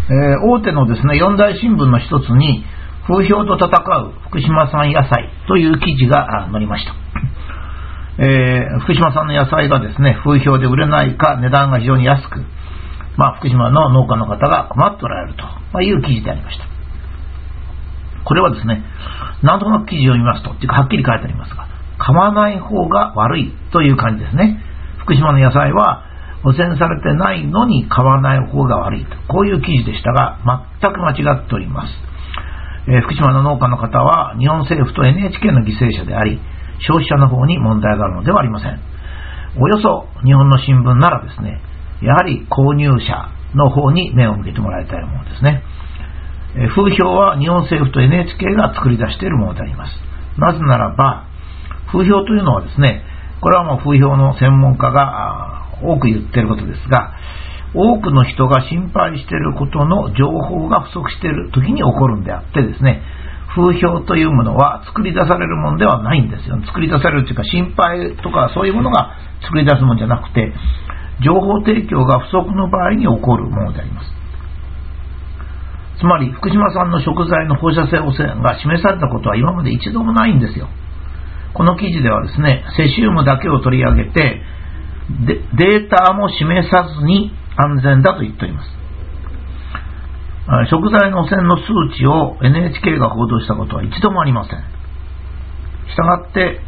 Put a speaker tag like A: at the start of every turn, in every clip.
A: 大手のですね、4大新聞の一つに、風評と戦う福島産野菜という記事が載りました。福島産の野菜がですね、風評で売れないか値段が非常に安く、福島の農家の方が困っておられるという記事でありました。これはですね、なんとなく記事を読みますと、はっきり書いてありますが、買わない方が悪いという感じですね。福島の野菜は汚染されてないのに買わない方が悪いと、こういう記事でしたが、全く間違っております。福島の農家の方は日本政府と NHK の犠牲者であり、消費者の方に問題があるのではありません。およそ日本の新聞ならですね、やはり購入者の方に目を向けてもらいたいものですね。風評は日本政府と NHK が作り出しているものであります。なぜならば、風評というのはですね、これはもう風評の専門家が多く言っていることですが、多くの人が心配していることの情報が不足している時に起こるんであってですね、風評というものは作り出されるものではないんですよ。作り出されるというか、心配とかそういうものが作り出すものじゃなくて、情報提供が不足の場合に起こるものであります。つまり福島産の食材の放射性汚染が示されたことは今まで一度もないんですよ。この記事ではですね、セシウムだけを取り上げてデータも示さずに安全だと言っております。食材の汚染の数値を NHK が報道したことは一度もありません。したがって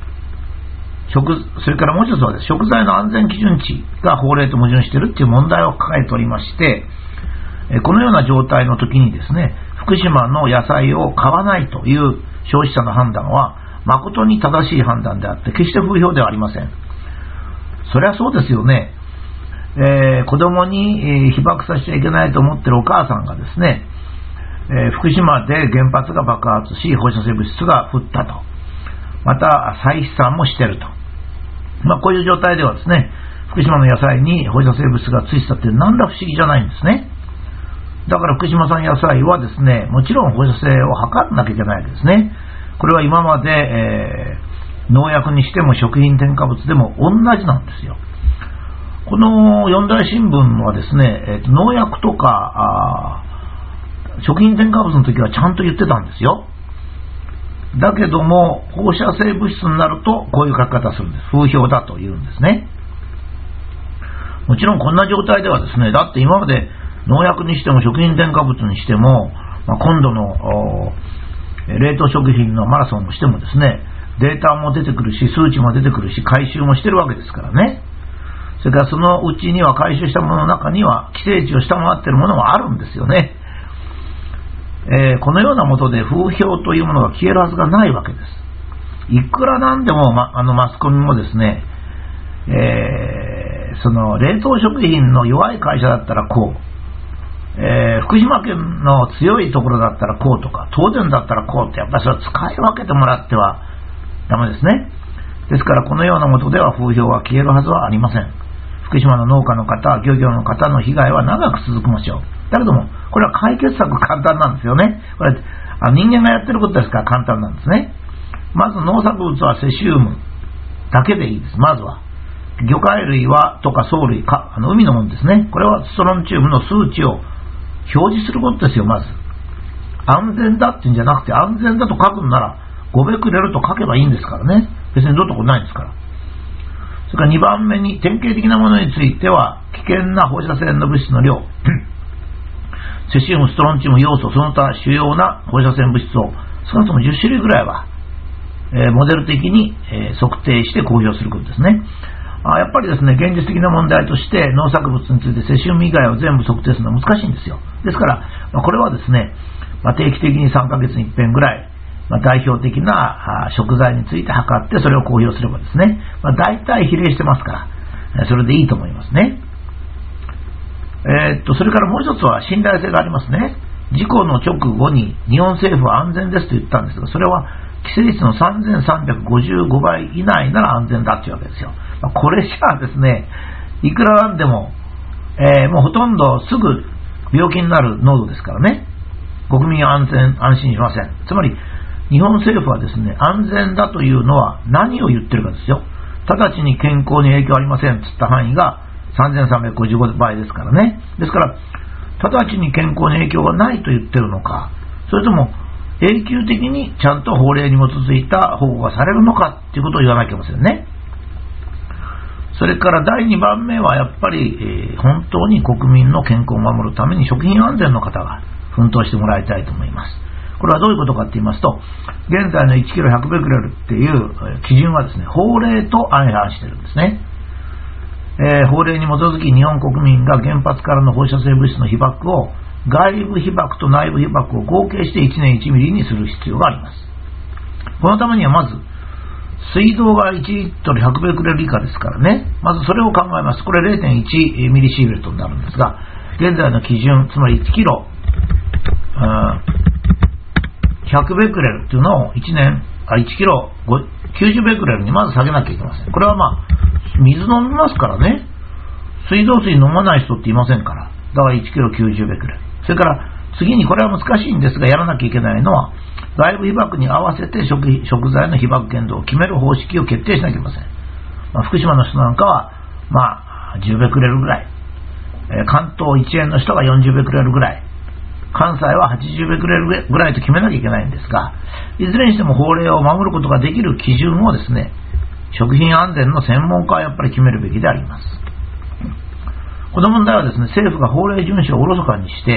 A: それからもう一つはです、食材の安全基準値が法令と矛盾しているという問題を抱えておりまして、このような状態の時にですね、福島の野菜を買わないという消費者の判断は誠に正しい判断であって、決して風評ではありません。そりゃそうですよね。子供に被爆させちゃいけないと思っているお母さんがですね、福島で原発が爆発し放射性物質が降ったと、また再飛散もしていると、こういう状態ではですね、福島の野菜に放射性物質がついてたって何ら不思議じゃないんですね。だから福島産野菜はですね、もちろん放射性を測らなきゃいけないわけですね。これは今まで、農薬にしても食品添加物でも同じなんですよ。この四大新聞はですね、農薬とか食品添加物の時はちゃんと言ってたんですよ。だけども放射性物質になるとこういう書き方するんです。風評だというんですね。もちろんこんな状態ではですね、だって今まで農薬にしても食品添加物にしても、今度の冷凍食品のマラソンをしてもですね、データも出てくるし数値も出てくるし回収もしてるわけですからね。それからそのうちには回収したものの中には規制値を下回っているものもあるんですよね。このようなもとで風評というものが消えるはずがないわけです。いくらなんでも、マスコミもですね、その冷凍食品の弱い会社だったらこう、福島県の強いところだったらこうとか、東電だったらこうって、やっぱりそれは使い分けてもらってはダメですね。ですからこのようなもとでは風評は消えるはずはありません。福島の農家の方、漁業の方の被害は長く続くでしょう。だけどもこれは解決策簡単なんですよね。これ人間がやってることですから簡単なんですね。まず農作物はセシウムだけでいいです。まずは魚介類はとか藻類か海のものですね。これはストロンチウムの数値を表示することですよ。まず安全だっていうんじゃなくて、安全だと書くんなら5ベクレルと書けばいいんですからね。別にどうってことないんですから。それから2番目に典型的なものについては危険な放射線の物質の量セシウム、ストロンチウム、ヨウ素、その他主要な放射線物質を少なくとも10種類ぐらいは、モデル的に、測定して公表することですね。やっぱりですね、現実的な問題として農作物についてセシウム以外を全部測定するのは難しいんですよ。ですから、これはですね、定期的に3ヶ月に一遍ぐらい、代表的な食材について測ってそれを公表すればですね、大体比例してますから、それでいいと思いますね。それからもう一つは信頼性がありますね。事故の直後に日本政府は安全ですと言ったんですが、それは規制値の3355倍以内なら安全だというわけですよ。これじゃあですね、いくらなんでも、もうほとんどすぐ病気になる濃度ですからね、国民は安心しません。つまり日本政府はですね、安全だというのは何を言ってるかですよ。直ちに健康に影響ありませんといった範囲が3355倍ですからね。ですから直ちに健康に影響がないと言ってるのか、それとも永久的にちゃんと法令に基づいた保護がされるのかということを言わなきゃいけませんね。それから第2番目はやっぱり、本当に国民の健康を守るために食品安全の方が奮闘してもらいたいと思います。これはどういうことかと言いますと、現在の 1kg100 ベクレルっていう基準はですね、法令と相反しているんですね。法令に基づき日本国民が原発からの放射性物質の被曝を外部被曝と内部被曝を合計して1年1ミリにする必要があります。このためにはまず水道が1リットル100ベクレル以下ですからね、まずそれを考えます。これ 0.1 ミリシーベルトになるんですが、現在の基準、つまり1キロ100ベクレルというのを1キロ90ベクレルにまず下げなきゃいけません。これは水飲みますからね。水道水飲まない人っていませんから。だから1キロ90ベクレル。それから次にこれは難しいんですがやらなきゃいけないのは、外部被曝に合わせて食材の被曝限度を決める方式を決定しなきゃいけません。福島の人なんかは10ベクレルぐらい、関東一円の人が40ベクレルぐらい、関西は80ベクレルぐらいと決めなきゃいけないんですが、いずれにしても法令を守ることができる基準をですね、食品安全の専門家はやっぱり決めるべきであります。この問題はですね、政府が法令遵守をおろそかにして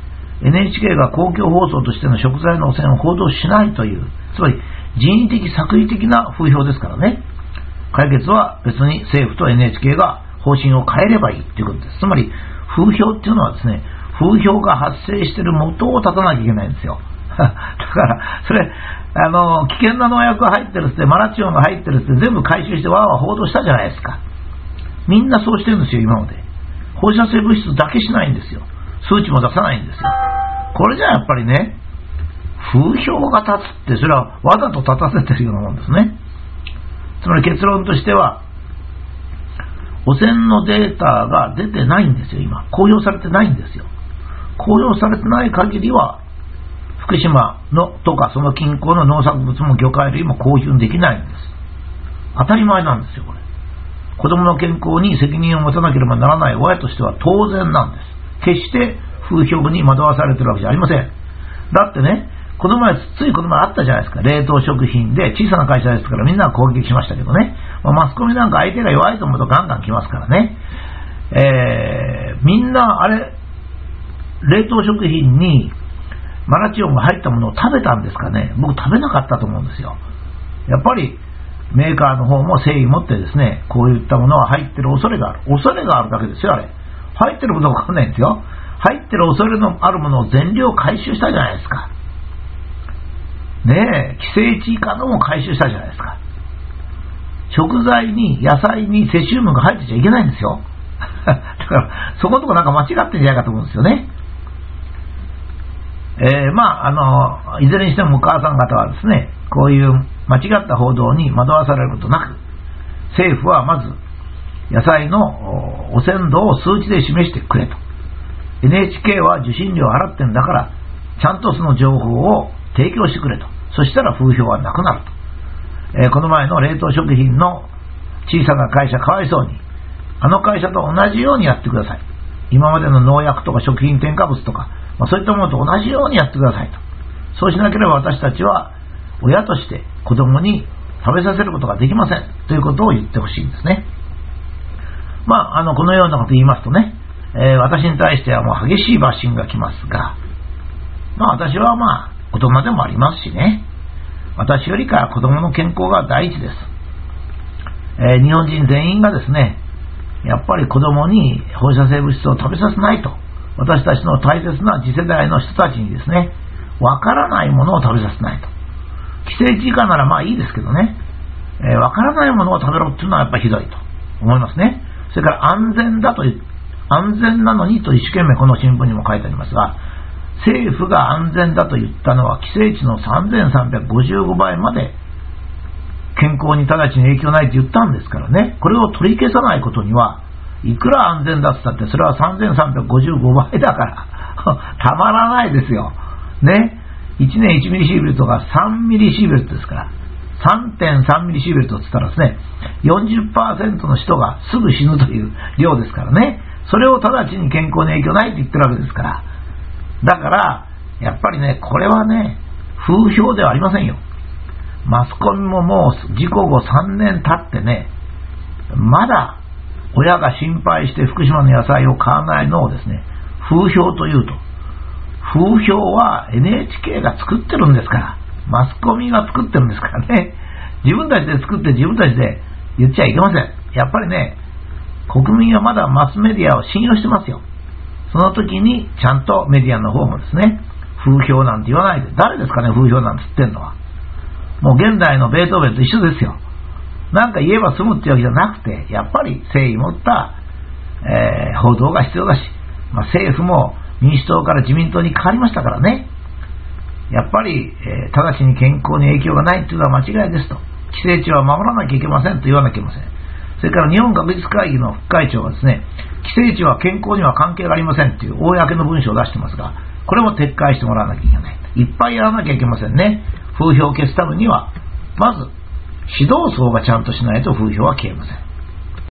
A: NHK が公共放送としての食材の汚染を報道しないという、つまり人為的作為的な風評ですからね。解決は別に政府と NHK が方針を変えればいいということです。つまり風評っていうのはですね、風評が発生している元を立たなきゃいけないんですよ。だからそれ危険な農薬が入ってるって、マラチオンが入ってるって全部回収してわーわー報道したじゃないですか。みんなそうしてるんですよ。今まで放射性物質だけしないんですよ。数値も出さないんですよ。これじゃやっぱりね、風評が立つって、それはわざと立たせてるようなもんですね。つまり結論としては、汚染のデータが出てないんですよ。今公表されてないんですよ。公表されてない限りは福島のとかその近郊の農作物も魚介類も公表できないんです。当たり前なんですよ。これ子供の健康に責任を持たなければならない親としては当然なんです。決して風評に惑わされてるわけじゃありません。だってね、ついこの前あったじゃないですか。冷凍食品で小さな会社ですからみんな攻撃しましたけどね、マスコミなんか相手が弱いと思うとガンガン来ますからね。みんなあれ冷凍食品にマラチオンが入ったものを食べたんですかね。僕食べなかったと思うんですよ。やっぱりメーカーの方も誠意持ってですね、こういったものは入ってる恐れがあるだけですよ。あれ入ってることが分かんないんですよ。入ってる恐れのあるものを全量回収したじゃないですかね。規制値以下のも回収したじゃないですか。食材に野菜にセシウムが入ってちゃいけないんですよ。だからそこのとこなんか間違ってんじゃないかと思うんですよね。いずれにしてもお母さん方はですね、こういう間違った報道に惑わされることなく、政府はまず野菜の汚染度を数値で示してくれと。 NHK は受信料を払ってんだからちゃんとその情報を提供してくれと。そしたら風評はなくなると。この前の冷凍食品の小さな会社かわいそうに、あの会社と同じようにやってください。今までの農薬とか食品添加物とか、そういったものと同じようにやってくださいと。そうしなければ私たちは親として子供に食べさせることができませんということを言ってほしいんですね。このようなことを言いますとね、私に対してはもう激しいバッシングが来ますが、私は大人でもありますしね、私よりか子供の健康が第一です。日本人全員がですね、やっぱり子供に放射性物質を食べさせないと。私たちの大切な次世代の人たちにですね、わからないものを食べさせないと。規制値以下ならいいですけどね、わからないものを食べろっていうのはやっぱりひどいと思いますね。それから安全なのにと一生懸命この新聞にも書いてありますが、政府が安全だと言ったのは規制値の3355倍まで健康に直ちに影響ないと言ったんですからね。これを取り消さないことにはいくら安全だって言ったってそれは3355倍だからたまらないですよね。1年1ミリシーベルトが3ミリシーベルトですから、 3.3 ミリシーベルトって言ったらですね、 40% の人がすぐ死ぬという量ですからね。 それを直ちに健康に影響ないって言ってるわけですから。だからやっぱりね、これはね、風評ではありませんよ。マスコミももう事故後3年経ってね、まだ親が心配して福島の野菜を買わないのをですね、風評というと、風評は NHK が作ってるんですから、マスコミが作ってるんですからね、自分たちで作って自分たちで言っちゃいけません。やっぱりね、国民はまだマスメディアを信用してますよ。その時にちゃんとメディアの方もですね、風評なんて言わないで、誰ですかね、風評なんて言ってんのは。もう現代のベートーベンと一緒ですよ。なんか言えば済むってわけじゃなくて、やっぱり誠意持った、報道が必要だし、政府も民主党から自民党に変わりましたからね、やっぱり、直ちに健康に影響がないというのは間違いですと。規制値は守らなきゃいけませんと言わなきゃいけません。それから日本学術会議の副会長がですね、規制値は健康には関係がありませんという公の文書を出してますが、これも撤回してもらわなきゃいけない。いっぱいやらなきゃいけませんね。風評を消すためには、まず指導層がちゃんとしないと風評は消えません。